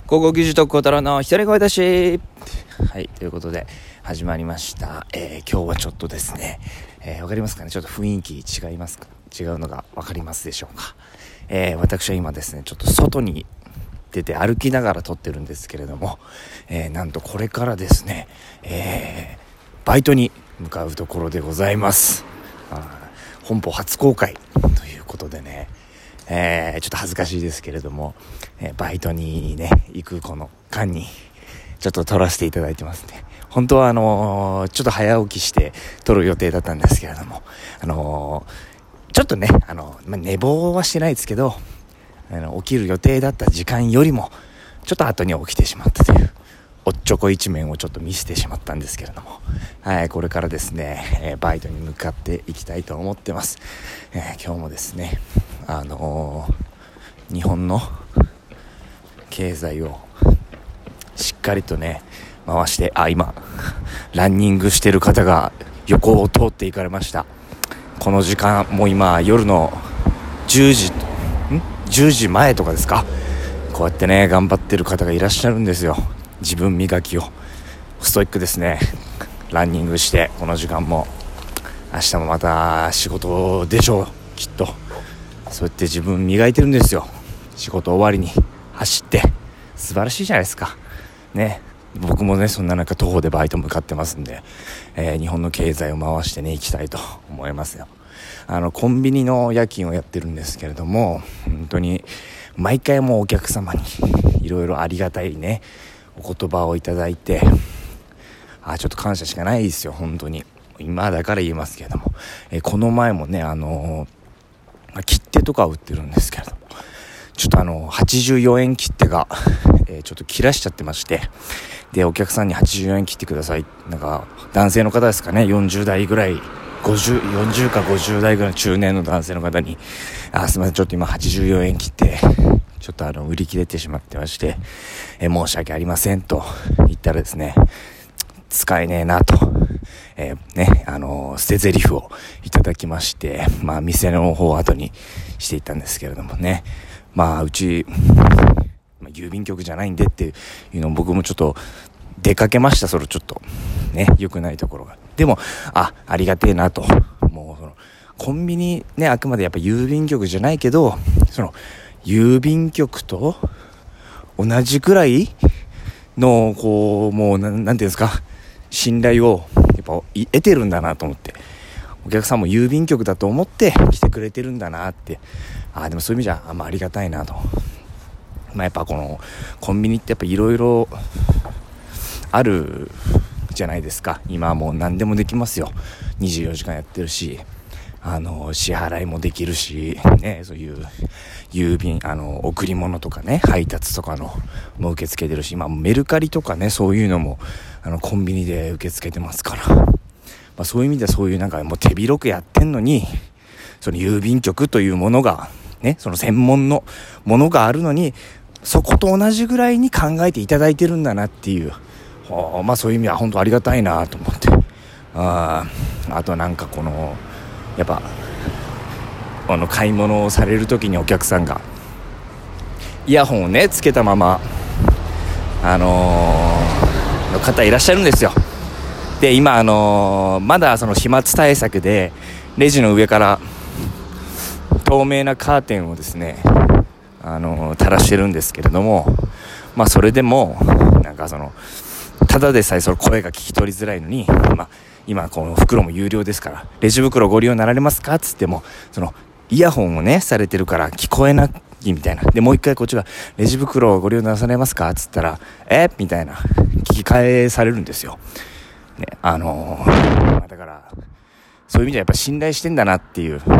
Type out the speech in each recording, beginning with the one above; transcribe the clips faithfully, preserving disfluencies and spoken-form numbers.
高校球児と小太郎の一人声出し。はい、ということで始まりました。えー、今日はちょっとですね、えー、わかりますかね。ちょっと雰囲気違いますか。違うのがわかりますでしょうか。えー、私は今ですね、ちょっと外に出て歩きながら撮ってるんですけれども、えー、なんとこれからですね、えー、バイトに向かうところでございます。あ、本邦初公開ということでね、えー、ちょっと恥ずかしいですけれども、えー、バイトにね行くこの間にちょっと撮らせていただいてますね。本当はあのー、ちょっと早起きして撮る予定だったんですけれども、あのー、ちょっとね、あのーまあ、寝坊はしてないですけど、あの起きる予定だった時間よりもちょっと後に起きてしまったというおっちょこ一面をちょっと見せてしまったんですけれども、はい、これからですね、えー、バイトに向かっていきたいと思ってます。えー、今日もですね、あのー、日本の経済をしっかりとね回して、あ、今ランニングしてる方が横を通っていかれました。この時間、もう今夜のじゅうじんじゅうじまえとかですか。こうやってね頑張ってる方がいらっしゃるんですよ。自分磨きをストイックですね。ランニングしてこの時間も、明日もまた仕事でしょうきっと。そうやって自分磨いてるんですよ。仕事終わりに走って素晴らしいじゃないですかね。僕もねそんな中徒歩でバイト向かってますんで、えー、日本の経済を回してね行きたいと思いますよ。あのコンビニの夜勤をやってるんですけれども、本当に毎回もうお客様にいろいろありがたいねお言葉をいただいて、あ、ちょっと感謝しかないですよ本当に。今だから言いますけれども、えー、この前もねあのー、切手とか売ってるんですけれども、ちょっとあのはちじゅうよえん切手が、えー、ちょっと切らしちゃってまして、でお客さんにはちじゅうよえん切ってください、なんか男性の方ですかね、よんじゅうだいぐらい、ごじゅう、よんじゅうかごじゅうだいぐらいの中年の男性の方に、あ、すみませんちょっと今はちじゅうよえん切ってちょっとあの売り切れてしまってまして、えー、申し訳ありませんと言ったらですね、使えねえなと、えー、ねあのー、捨て台詞をいただきまして、まあ店の方を後にしていったんですけれどもね、まあうち、まあ、郵便局じゃないんでっていうのを僕もちょっと出かけました。それちょっとね良くないところが、でもあありがてえなと。もうそのコンビニね、あくまでやっぱ郵便局じゃないけど、その郵便局と同じくらいのこうもうな ん, なんていうんですか、信頼をやっぱ得てるんだなと思って、お客さんも郵便局だと思って来てくれてるんだなって、あ、でもそういう意味じゃ あ,、まあ、ありがたいなと。まあ、やっぱこのコンビニってやっぱいろいろあるじゃないですか。今はもう何でもできますよ。にじゅうよじかんやってるし、あの支払いもできるしね、そういう郵便あの贈り物とかね配達とかのも受け付けてるし、今メルカリとかねそういうのもあのコンビニで受け付けてますから、まあ、そういう意味ではそういうなんかもう手広くやってんのに、その郵便局というものがね、その専門のものがあるのに、そこと同じぐらいに考えていただいてるんだなっていう、まあそういう意味は本当ありがたいなと思って、ああとなんかこのやっぱあの買い物をされる時にお客さんがイヤホンをねつけたままあのー、の方いらっしゃるんですよ。で今あのー、まだその飛沫対策でレジの上から透明なカーテンをですねあのー、垂らしてるんですけれども、まあそれでもなんかそのただでさえその声が聞き取りづらいのに、まあ今この袋も有料ですから、レジ袋ご利用なられますかっつっても、そのイヤホンをねされてるから聞こえないみたいな。でもう一回こっちがレジ袋ご利用なされますかっつったら、えみたいな聞き返されるんですよ、ね、あのー、だからそういう意味ではやっぱ信頼してんだなっていう、うん、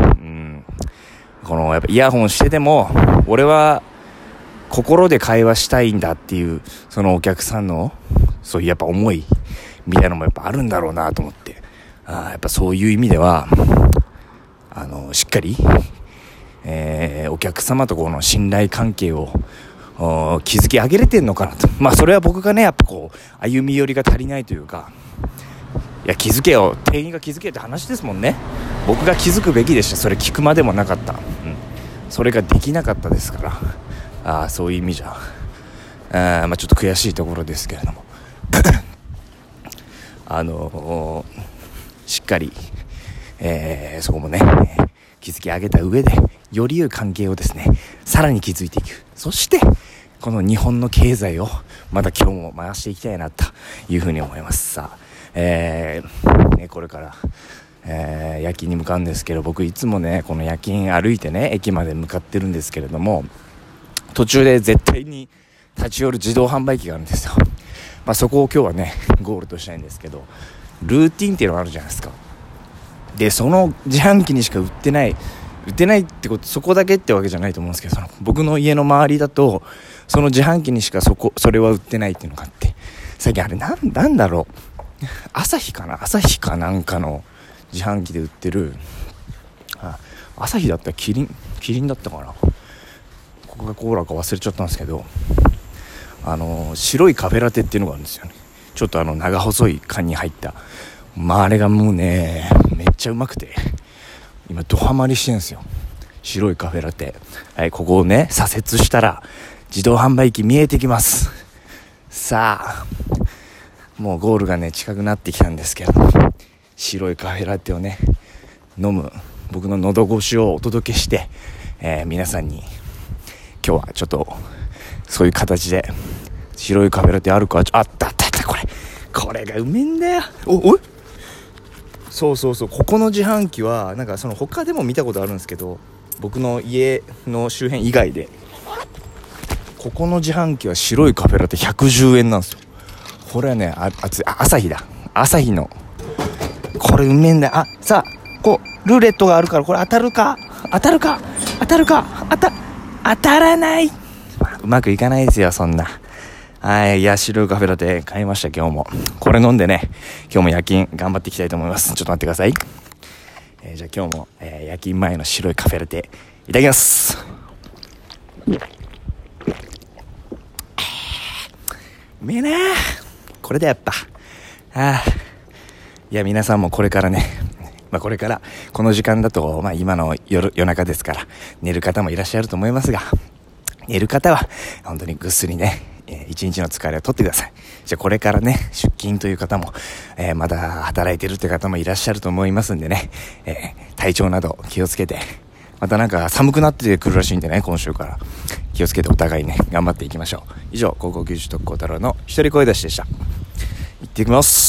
このやっぱイヤホンしてても俺は心で会話したいんだっていう、そのお客さんのそういうやっぱ思いみたいなのもやっぱあるんだろうなと思って、あ、やっぱそういう意味ではあのしっかり、えー、お客様とこの信頼関係を築き上げれてんのかなと。まあそれは僕がねやっぱこう歩み寄りが足りないというか、いや気づけよ、店員が気づけよって話ですもんね。僕が気づくべきでした。それ聞くまでもなかった、うん、それができなかったですから、あ、そういう意味じゃあ、まあ、ちょっと悔しいところですけれどもあのー、しっかり、えー、そこもね築き上げた上でより良い関係をですねさらに築いていく。そしてこの日本の経済をまた今日も回していきたいなというふうに思います。さあ、えーね、これから、えー、夜勤に向かうんですけど、僕いつもねこの夜勤歩いてね駅まで向かってるんですけれども、途中で絶対に立ち寄る自動販売機があるんですよ。まあ、そこを今日はねゴールとしたいんですけど、ルーティンっていうのがあるじゃないですか。でその自販機にしか売ってない売ってないってこと、そこだけってわけじゃないと思うんですけど、その僕の家の周りだとその自販機にしかそこそれは売ってないっていうのがあって、最近あれなんなんだろう、朝日かな朝日かなんかの自販機で売ってる、あ朝日だったらキリンキリンだったかな、コカ・コーラか忘れちゃったんですけど、あの白いカフェラテっていうのがあるんですよね。ちょっとあの長細い缶に入った、まああれがもうねめっちゃうまくて今ドハマりしてるんですよ。白いカフェラテ、はい、ここをね左折したら自動販売機見えてきます。さあもうゴールがね近くなってきたんですけど、白いカフェラテをね飲む僕の喉越しをお届けして、えー、皆さんに今日はちょっとそういう形で白いカフェラテあるか、あったあったあった、これこれがうめえんだよ。おおそうそうそう、ここの自販機はなんかその他でも見たことあるんですけど、僕の家の周辺以外でここの自販機は白いカフェラテひゃくじゅうえんなんですよ。これはねああつあ朝日だ朝日のこれうめえんだよ。あさあこうルーレットがあるから、これ当たるか当たるか当たるか当た当たらない、まあ、うまくいかないですよそんな。はい、いや白いカフェラテ買いました。今日もこれ飲んでね今日も夜勤頑張っていきたいと思います。ちょっと待ってください。えー、じゃあ今日も、えー、夜勤前の白いカフェラテいただきます。うめえなこれだやっぱ。ああいや皆さんもこれからね、まあ、これからこの時間だと、まあ、今の 夜, 夜中ですから寝る方もいらっしゃると思いますが、寝る方は本当にぐっすりね、えー、一日の疲れを取ってください。じゃあこれからね出勤という方も、えー、まだ働いてるって方もいらっしゃると思いますんでね、えー、体調など気をつけて、またなんか寒くなってくるらしいんでね、今週から気をつけてお互いね頑張っていきましょう。以上高校球児特攻太郎の一人声出しでした。行ってきます。